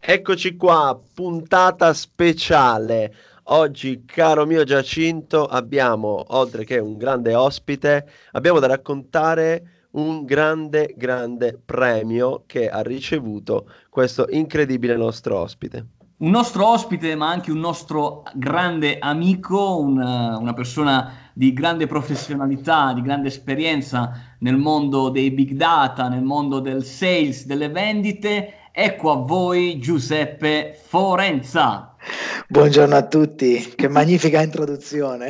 Eccoci qua, puntata speciale. Oggi, caro mio Giacinto, abbiamo, oltre che un grande ospite, abbiamo da raccontare un grande premio che ha ricevuto questo incredibile nostro ospite. Un nostro ospite, ma anche un nostro grande amico, una persona di grande professionalità, di grande esperienza nel mondo dei big data, nel mondo del sales, delle vendite. Ecco a voi Giuseppe Forenza. Buongiorno a tutti, che magnifica introduzione.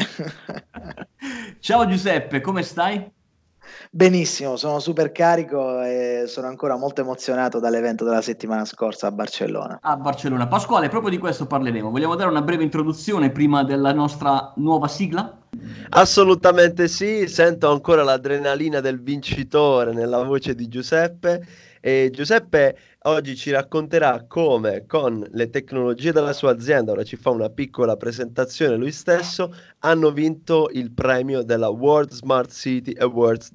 Ciao Giuseppe, come stai? Benissimo, sono super carico e sono ancora molto emozionato dall'evento della settimana scorsa a Barcellona. A Barcellona. Pasquale, proprio di questo parleremo. Vogliamo dare una breve introduzione prima della nostra nuova sigla? Assolutamente sì, sento ancora l'adrenalina del vincitore nella voce di Giuseppe e Giuseppe oggi ci racconterà come con le tecnologie della sua azienda, ora ci fa una piccola presentazione lui stesso, hanno vinto il premio della World Smart City Awards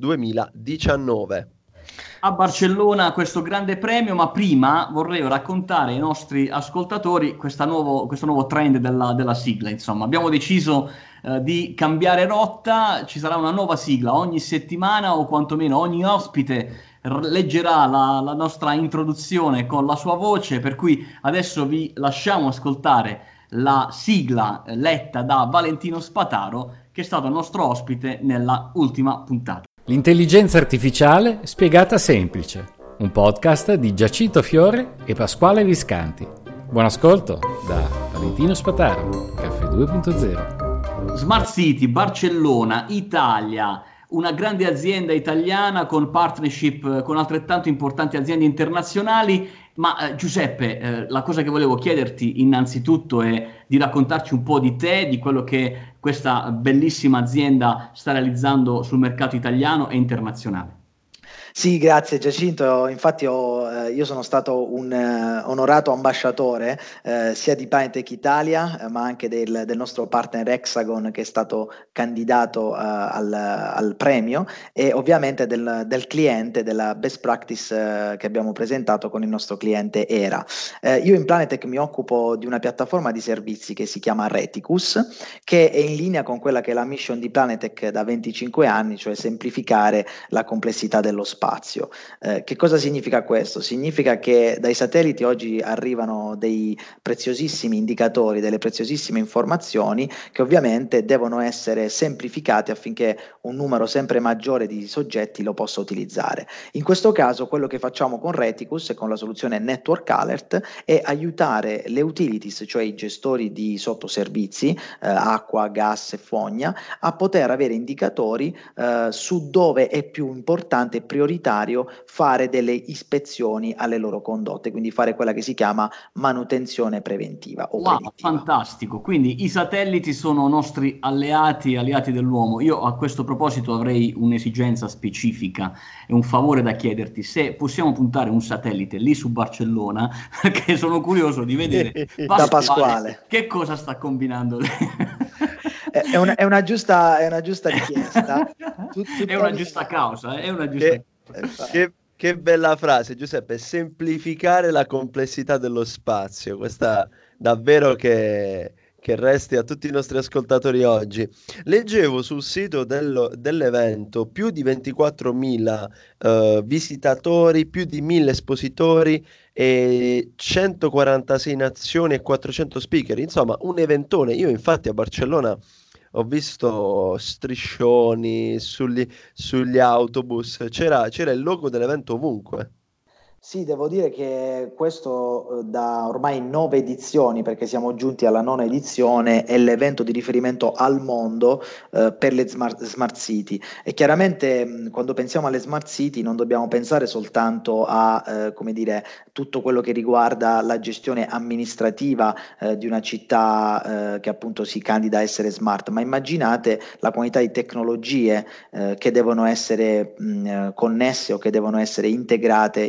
2019. A Barcellona questo grande premio, ma prima vorrei raccontare ai nostri ascoltatori questo nuovo trend della sigla. Insomma, abbiamo deciso di cambiare rotta, ci sarà una nuova sigla ogni settimana o quantomeno ogni ospite leggerà la nostra introduzione con la sua voce, per cui adesso vi lasciamo ascoltare la sigla letta da Valentino Spataro, che è stato nostro ospite nella ultima puntata. L'intelligenza artificiale spiegata semplice, un podcast di Giacinto Fiore e Pasquale Viscanti. Buon ascolto da Valentino Spataro, Caffè 2.0. Smart City, Barcellona, Italia, una grande azienda italiana con partnership con altrettanto importanti aziende internazionali. Ma Giuseppe, la cosa che volevo chiederti innanzitutto è di raccontarci un po' di te, di quello che questa bellissima azienda sta realizzando sul mercato italiano e internazionale. Sì, grazie Giacinto. Infatti io sono stato un onorato ambasciatore sia di Pinetech Italia, ma anche del nostro partner Hexagon che è stato candidato al premio e ovviamente del cliente, della best practice che abbiamo presentato con il nostro cliente ERA. Io in Planetech mi occupo di una piattaforma di servizi che si chiama Reticus, che è in linea con quella che è la mission di Planetech da 25 anni, cioè semplificare la complessità dello spazio. Che cosa significa questo? Significa che dai satelliti oggi arrivano dei preziosissimi indicatori, delle preziosissime informazioni che ovviamente devono essere semplificate affinché un numero sempre maggiore di soggetti lo possa utilizzare. In questo caso quello che facciamo con Reticus e con la soluzione Network Alert è aiutare le utilities, cioè i gestori di sottoservizi, acqua, gas e fogna, a poter avere indicatori su dove è più importante e prioritario fare delle ispezioni alle loro condotte, quindi fare quella che si chiama manutenzione preventiva o Wow, predittiva. fantastico. Quindi i satelliti sono nostri alleati, alleati dell'uomo. Io a questo proposito avrei un'esigenza specifica e un favore da chiederti se possiamo puntare un satellite lì su Barcellona, perché sono curioso di vedere Da Pasquale Pasquale. che cosa sta combinando lì. È una giusta richiesta. È una giusta Tuttavia, causa, è una giusta Che, causa. che bella frase, Giuseppe, semplificare la complessità dello spazio, questa davvero che resti a tutti i nostri ascoltatori oggi. Leggevo sul sito dell'evento più di 24.000 visitatori, più di 1.000 espositori e 146 nazioni e 400 speaker, insomma un eventone. Io infatti a Barcellona ho visto striscioni sugli autobus, c'era il logo dell'evento ovunque. sì, devo dire che questo da ormai 9 edizioni, perché siamo giunti alla 9ª edizione, è l'evento di riferimento al mondo per le smart city. E chiaramente quando pensiamo alle smart city non dobbiamo pensare soltanto a come dire, tutto quello che riguarda la gestione amministrativa di una città che appunto si candida a essere smart, ma immaginate la quantità di tecnologie che devono essere connesse o che devono essere integrate in tutti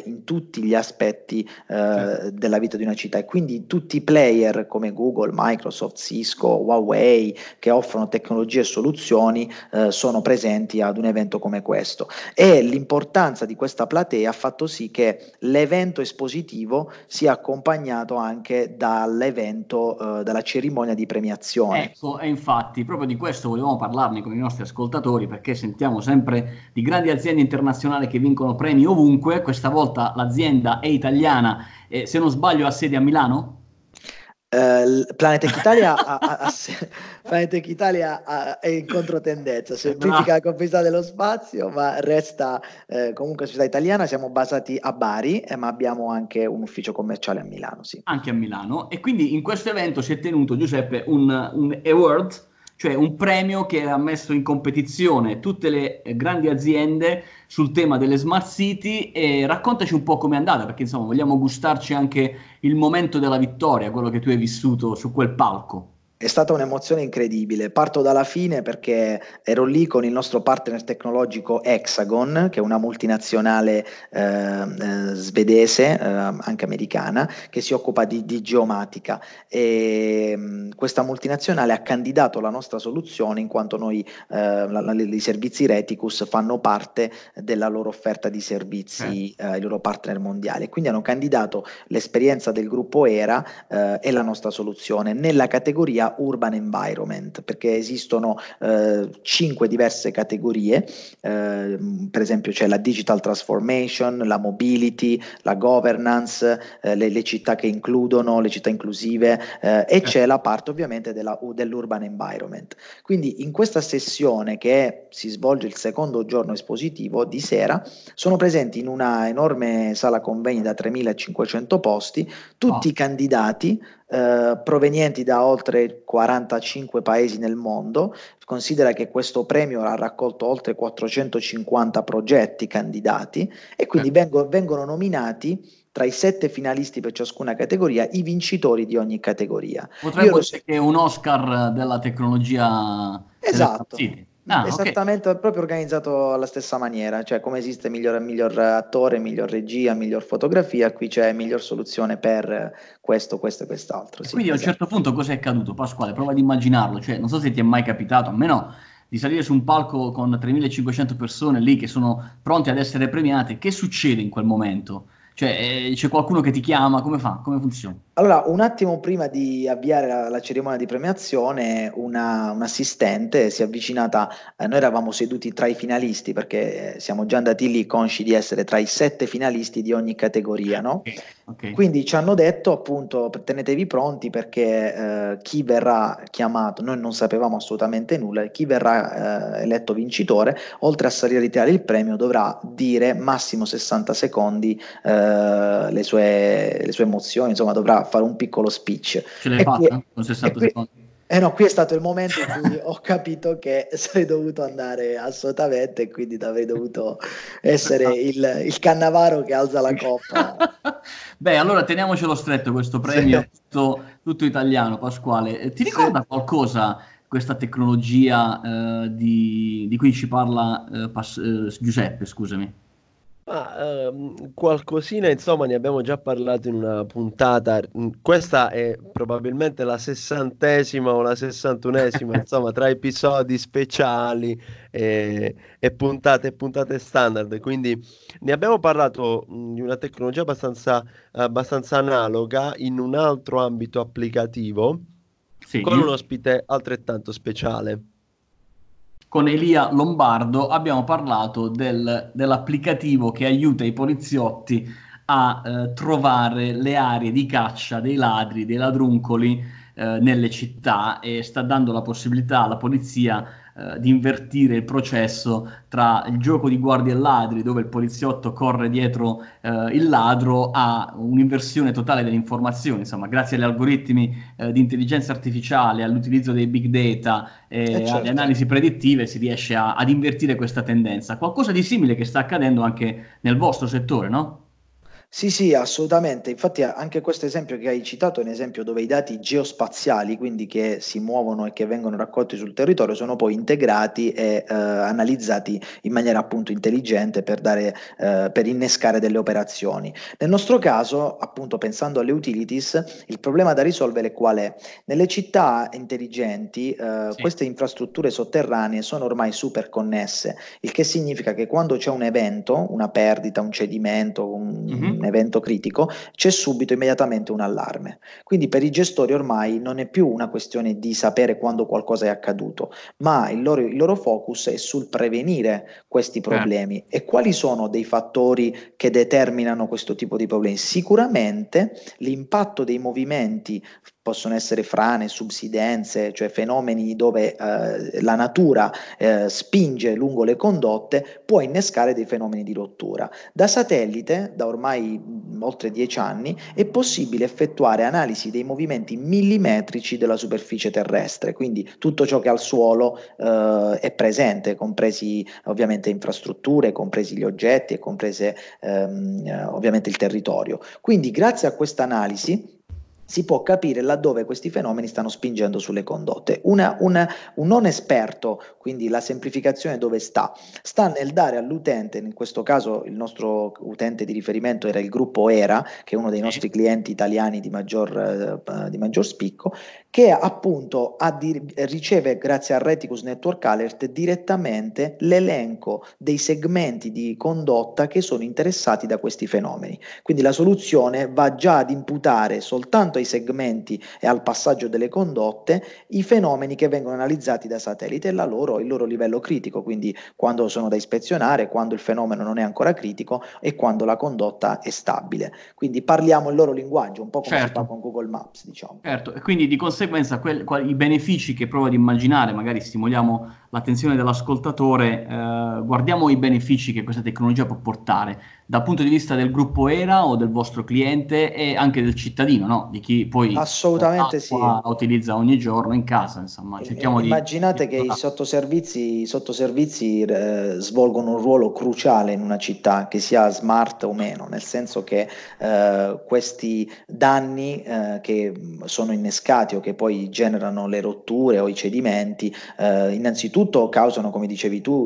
tutti gli aspetti della vita di una città, e quindi tutti i player come Google, Microsoft, Cisco, Huawei, che offrono tecnologie e soluzioni, sono presenti ad un evento come questo, e l'importanza di questa platea ha fatto sì che l'evento espositivo sia accompagnato anche dall'evento, dalla cerimonia di premiazione. Ecco, e infatti proprio di questo volevamo parlarne con i nostri ascoltatori, perché sentiamo sempre di grandi aziende internazionali che vincono premi ovunque. Questa volta l'azienda è italiana e, se non sbaglio, ha sede a Milano? Planetech Italia, Planetech Italia è in controtendenza, semplifica la complessità dello spazio, ma resta comunque società italiana. Siamo basati a Bari, ma abbiamo anche un ufficio commerciale a Milano, sì. Anche a Milano. E quindi in questo evento si è tenuto, Giuseppe, un award, cioè un premio che ha messo in competizione tutte le grandi aziende sul tema delle smart city. E raccontaci un po' com'è andata, perché insomma vogliamo gustarci anche il momento della vittoria, quello che tu hai vissuto su quel palco. È stata un'emozione incredibile. Parto dalla fine perché ero lì con il nostro partner tecnologico Hexagon, che è una multinazionale svedese, anche americana, che si occupa di geomatica, e questa multinazionale ha candidato la nostra soluzione in quanto noi, i servizi Reticus fanno parte della loro offerta di servizi, i loro partner mondiali. Quindi hanno candidato l'esperienza del gruppo ERA e la nostra soluzione nella categoria Urban Environment, perché esistono 5 diverse categorie, per esempio c'è la Digital Transformation, la Mobility, la Governance, le città che includono, le città inclusive, e c'è la parte ovviamente dell'Urban Environment. Quindi in questa sessione, che si svolge il secondo giorno espositivo di sera, sono presenti in una enorme sala convegni da 3.500 posti tutti i candidati provenienti da oltre 45 paesi nel mondo. Considera che questo premio ha raccolto oltre 450 progetti candidati, e quindi vengono nominati tra i 7 finalisti per ciascuna categoria i vincitori di ogni categoria. Potremmo dire che è un Oscar della tecnologia. Esatto. Ah, esattamente, okay. proprio organizzato alla stessa maniera, cioè come esiste miglior attore, miglior regia, miglior fotografia, qui c'è miglior soluzione per questo e quest'altro. Sì, quindi a un certo punto cosa è accaduto, Pasquale? Prova ad immaginarlo, cioè non so se ti è mai capitato, a me no, di salire su un palco con 3.500 persone lì che sono pronte ad essere premiate. Che succede in quel momento? Cioè c'è qualcuno che ti chiama, come fa? Come funziona? Allora, un attimo prima di avviare la cerimonia di premiazione, un assistente si è avvicinata, noi eravamo seduti tra i finalisti perché siamo già andati lì consci di essere tra i 7 finalisti di ogni categoria, no? Okay. Quindi ci hanno detto appunto tenetevi pronti perché chi verrà chiamato, noi non sapevamo assolutamente nulla, chi verrà eletto vincitore, oltre a salire a ritirare il premio, dovrà dire massimo 60 secondi le sue emozioni, insomma dovrà fare un piccolo speech. Ce l'hai fatta con 60 secondi? No, qui è stato il momento in cui ho capito che sarei dovuto andare assolutamente, e quindi avrei dovuto essere il Cannavaro che alza la coppa. Beh, allora teniamocelo stretto questo premio, tutto italiano, Pasquale. Ti ricorda qualcosa questa tecnologia di cui ci parla Giuseppe, scusami? Qualcosina, insomma, ne abbiamo già parlato in una puntata. Questa è probabilmente la 60ª o la 61ª, insomma, tra episodi speciali e puntate standard. Quindi ne abbiamo parlato di una tecnologia abbastanza analoga in un altro ambito applicativo, Sì. con un ospite altrettanto speciale. Con Elia Lombardo abbiamo parlato dell'applicativo che aiuta i poliziotti a trovare le aree di caccia dei ladri, dei ladruncoli nelle città, e sta dando la possibilità alla polizia di invertire il processo tra il gioco di guardie e ladri, dove il poliziotto corre dietro il ladro, a un'inversione totale delle informazioni. Insomma, grazie agli algoritmi di intelligenza artificiale, all'utilizzo dei big data e alle analisi predittive si riesce ad invertire questa tendenza. Qualcosa di simile che sta accadendo anche nel vostro settore, no? Sì, sì, assolutamente. Infatti anche questo esempio che hai citato è un esempio dove i dati geospaziali, quindi che si muovono e che vengono raccolti sul territorio, sono poi integrati e analizzati in maniera appunto intelligente per innescare delle operazioni. Nel nostro caso, appunto pensando alle utilities, il problema da risolvere qual è? Nelle città intelligenti, Sì. queste infrastrutture sotterranee sono ormai super connesse, il che significa che quando c'è un evento, una perdita, un cedimento, un Mhm. evento critico, c'è subito immediatamente un allarme. Quindi per i gestori ormai non è più una questione di sapere quando qualcosa è accaduto, ma il loro focus è sul prevenire questi Certo. problemi. E quali sono dei fattori che determinano questo tipo di problemi? Sicuramente l'impatto dei movimenti possono essere frane, subsidenze, cioè fenomeni dove la natura spinge lungo le condotte, può innescare dei fenomeni di rottura. Da satellite, da ormai oltre 10 anni, è possibile effettuare analisi dei movimenti millimetrici della superficie terrestre, quindi tutto ciò che al suolo è presente, compresi ovviamente infrastrutture, compresi gli oggetti e comprese ovviamente il territorio. Quindi grazie a questa analisi si può capire laddove questi fenomeni stanno spingendo sulle condotte. Un non esperto, quindi la semplificazione dove sta? Sta nel dare all'utente, in questo caso il nostro utente di riferimento era il gruppo ERA, che è uno dei Sì. nostri clienti italiani di maggior spicco, che appunto riceve grazie a Reticus Network Alert direttamente l'elenco dei segmenti di condotta che sono interessati da questi fenomeni. Quindi la soluzione va già ad imputare soltanto ai segmenti e al passaggio delle condotte i fenomeni che vengono analizzati da satellite e il loro livello critico, quindi quando sono da ispezionare, quando il fenomeno non è ancora critico e quando la condotta è stabile. Quindi parliamo il loro linguaggio, un po' come si fa Certo. con Google Maps, diciamo. Certo, e quindi di conseguenza i benefici che provo ad immaginare, magari stimoliamo l'attenzione dell'ascoltatore, guardiamo i benefici che questa tecnologia può portare dal punto di vista del gruppo ERA o del vostro cliente e anche del cittadino, no? Di chi poi Assolutamente sì. l'acqua la utilizza ogni giorno in casa, insomma, cerchiamo di Immaginate che i sottoservizi svolgono un ruolo cruciale in una città, che sia smart o meno, nel senso che questi danni che sono innescati o che poi generano le rotture o i cedimenti, innanzitutto causano, come dicevi tu,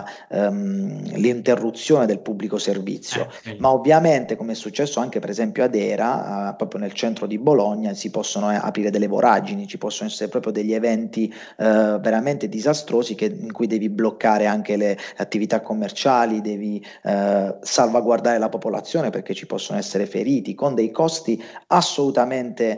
l'interruzione del pubblico servizio, vedi. ma ovviamente, come è successo anche per esempio ad Era, proprio nel centro di Bologna, si possono aprire delle voragini, ci possono essere proprio degli eventi veramente disastrosi in cui devi bloccare anche le attività commerciali, devi salvaguardare la popolazione perché ci possono essere feriti, con dei costi assolutamente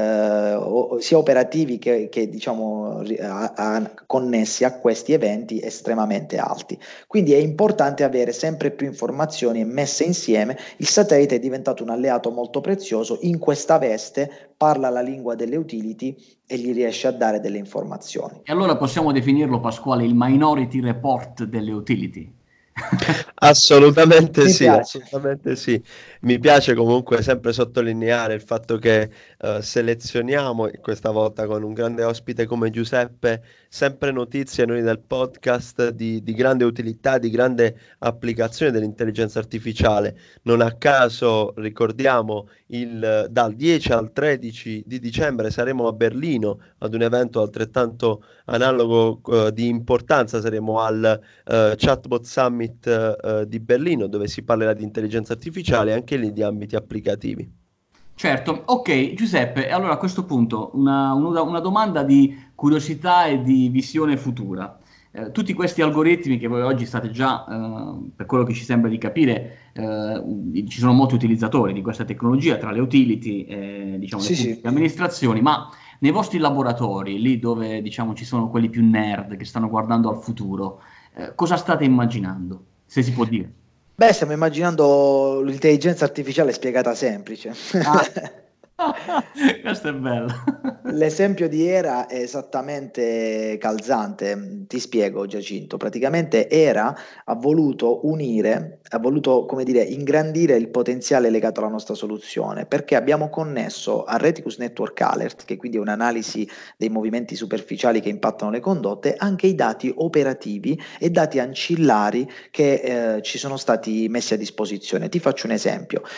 sia operativi che diciamo connessi a questi eventi estremamente alti. Quindi è importante avere sempre più informazioni messe insieme. Il satellite è diventato un alleato molto prezioso in questa veste, parla la lingua delle utility e gli riesce a dare delle informazioni. E allora possiamo definirlo, Pasquale, il Minority Report delle utility. Assolutamente Mi sì, piace. assolutamente sì. Mi piace comunque sempre sottolineare il fatto che selezioniamo questa volta con un grande ospite come Giuseppe sempre notizie noi del podcast di grande utilità, di grande applicazione dell'intelligenza artificiale. Non a caso ricordiamo dal 10 al 13 di dicembre saremo a Berlino ad un evento altrettanto analogo di importanza, saremo al Chatbot Summit di Berlino, dove si parlerà di intelligenza artificiale, anche lì di ambiti applicativi. Certo, ok Giuseppe, allora a questo punto una domanda di curiosità e di visione futura. Tutti questi algoritmi che voi oggi state già, per quello che ci sembra di capire, ci sono molti utilizzatori di questa tecnologia tra le utility e diciamo, le Sì, sì. pubbliche amministrazioni, ma nei vostri laboratori, lì dove diciamo, ci sono quelli più nerd che stanno guardando al futuro, cosa state immaginando, se si può dire? Beh, stiamo immaginando l'intelligenza artificiale spiegata semplice. Ah, questo è bello. L'esempio di Era è esattamente calzante. Ti spiego, Giacinto. Praticamente Era ha voluto, come dire, ingrandire il potenziale legato alla nostra soluzione, perché abbiamo connesso a Reticus Network Alert, che quindi è un'analisi dei movimenti superficiali che impattano le condotte, anche i dati operativi e dati ancillari che ci sono stati messi a disposizione. Ti faccio un esempio.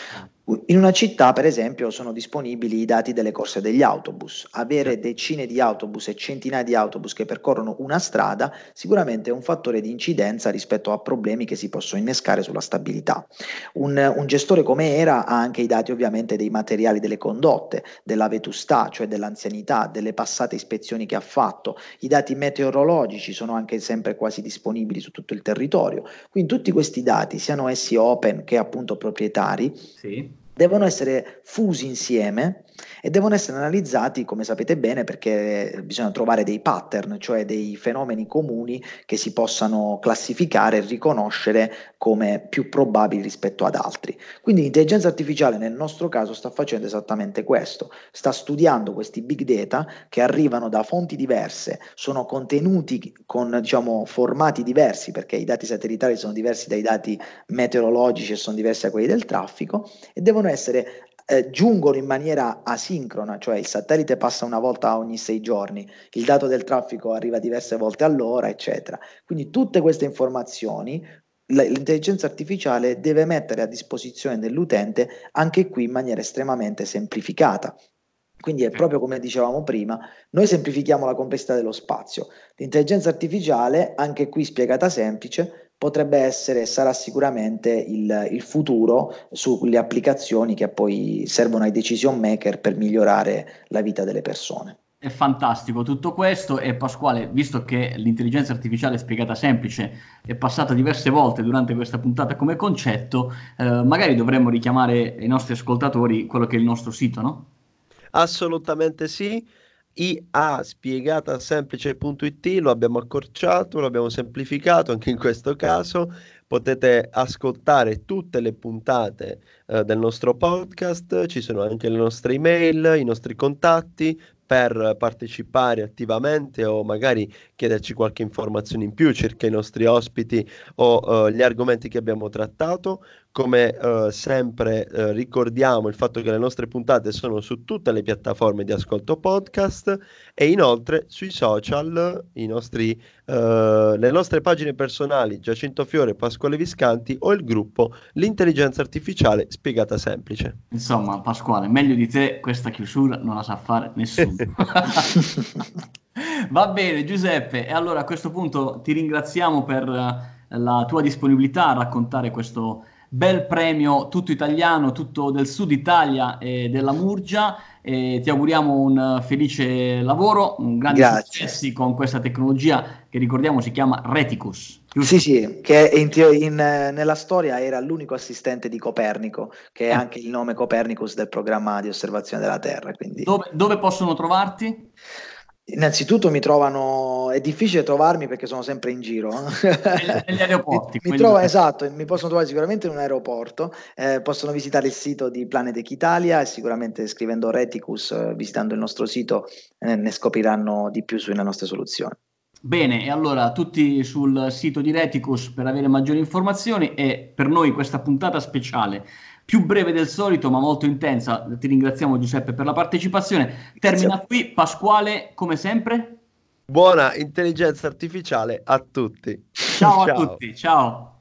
In una città, per esempio, sono disponibili i dati delle corse degli autobus. Avere decine di autobus e centinaia di autobus che percorrono una strada sicuramente è un fattore di incidenza rispetto a problemi che si possono innescare sulla stabilità. Un gestore come ERA ha anche i dati ovviamente dei materiali delle condotte, della vetustà, cioè dell'anzianità, delle passate ispezioni che ha fatto. I dati meteorologici sono anche sempre quasi disponibili su tutto il territorio. Quindi tutti questi dati, siano essi open che appunto proprietari, Sì. devono essere fusi insieme e devono essere analizzati, come sapete bene, perché bisogna trovare dei pattern, cioè dei fenomeni comuni che si possano classificare e riconoscere come più probabili rispetto ad altri. Quindi l'intelligenza artificiale nel nostro caso sta facendo esattamente questo, sta studiando questi big data che arrivano da fonti diverse, sono contenuti con, diciamo, formati diversi, perché i dati satellitari sono diversi dai dati meteorologici e sono diversi da quelli del traffico, e devono essere giungono in maniera asincrona, cioè il satellite passa una volta ogni 6 giorni, il dato del traffico arriva diverse volte all'ora, eccetera. Quindi tutte queste informazioni l'intelligenza artificiale deve mettere a disposizione dell'utente, anche qui in maniera estremamente semplificata. Quindi è proprio come dicevamo prima, noi semplifichiamo la complessità dello spazio. L'intelligenza artificiale, anche qui spiegata semplice, potrebbe essere e sarà sicuramente il futuro sulle applicazioni che poi servono ai decision maker per migliorare la vita delle persone. È fantastico tutto questo e Pasquale, visto che l'intelligenza artificiale spiegata semplice è passata diverse volte durante questa puntata come concetto, magari dovremmo richiamare ai nostri ascoltatori quello che è il nostro sito, no? Assolutamente sì. iaspiegatasemplice.it lo abbiamo accorciato, lo abbiamo semplificato anche in questo caso. Potete ascoltare tutte le puntate del nostro podcast, ci sono anche le nostre email, i nostri contatti per partecipare attivamente o magari chiederci qualche informazione in più circa i nostri ospiti o gli argomenti che abbiamo trattato. Come sempre ricordiamo il fatto che le nostre puntate sono su tutte le piattaforme di ascolto podcast e inoltre sui social, le nostre pagine personali Giacinto Fiore e Pasquale Viscanti o il gruppo L'intelligenza artificiale spiegata semplice. Insomma, Pasquale, meglio di te questa chiusura non la sa fare nessuno. Va bene, Giuseppe, e allora a questo punto ti ringraziamo per la tua disponibilità a raccontare questo bel premio tutto italiano, tutto del sud Italia e della Murgia, e ti auguriamo un felice lavoro, un grande Grazie. successi con questa tecnologia che ricordiamo si chiama Reticus. Sì, sì, che nella storia era l'unico assistente di Copernico, che è anche il nome Copernicus del programma di osservazione della Terra. Quindi Dove possono trovarti? innanzitutto mi trovano, è difficile trovarmi perché sono sempre in giro. Negli aeroporti. Esatto, mi possono trovare sicuramente in un aeroporto, possono visitare il sito di Planetech Italia e sicuramente scrivendo Reticus, visitando il nostro sito, ne scopriranno di più sulle nostre soluzioni. Bene, e allora tutti sul sito di Reticus per avere maggiori informazioni e per noi questa puntata speciale, più breve del solito ma molto intensa, ti ringraziamo Giuseppe per la partecipazione. Termina qui, Pasquale, come sempre. Buona intelligenza artificiale a tutti. Ciao a tutti, ciao.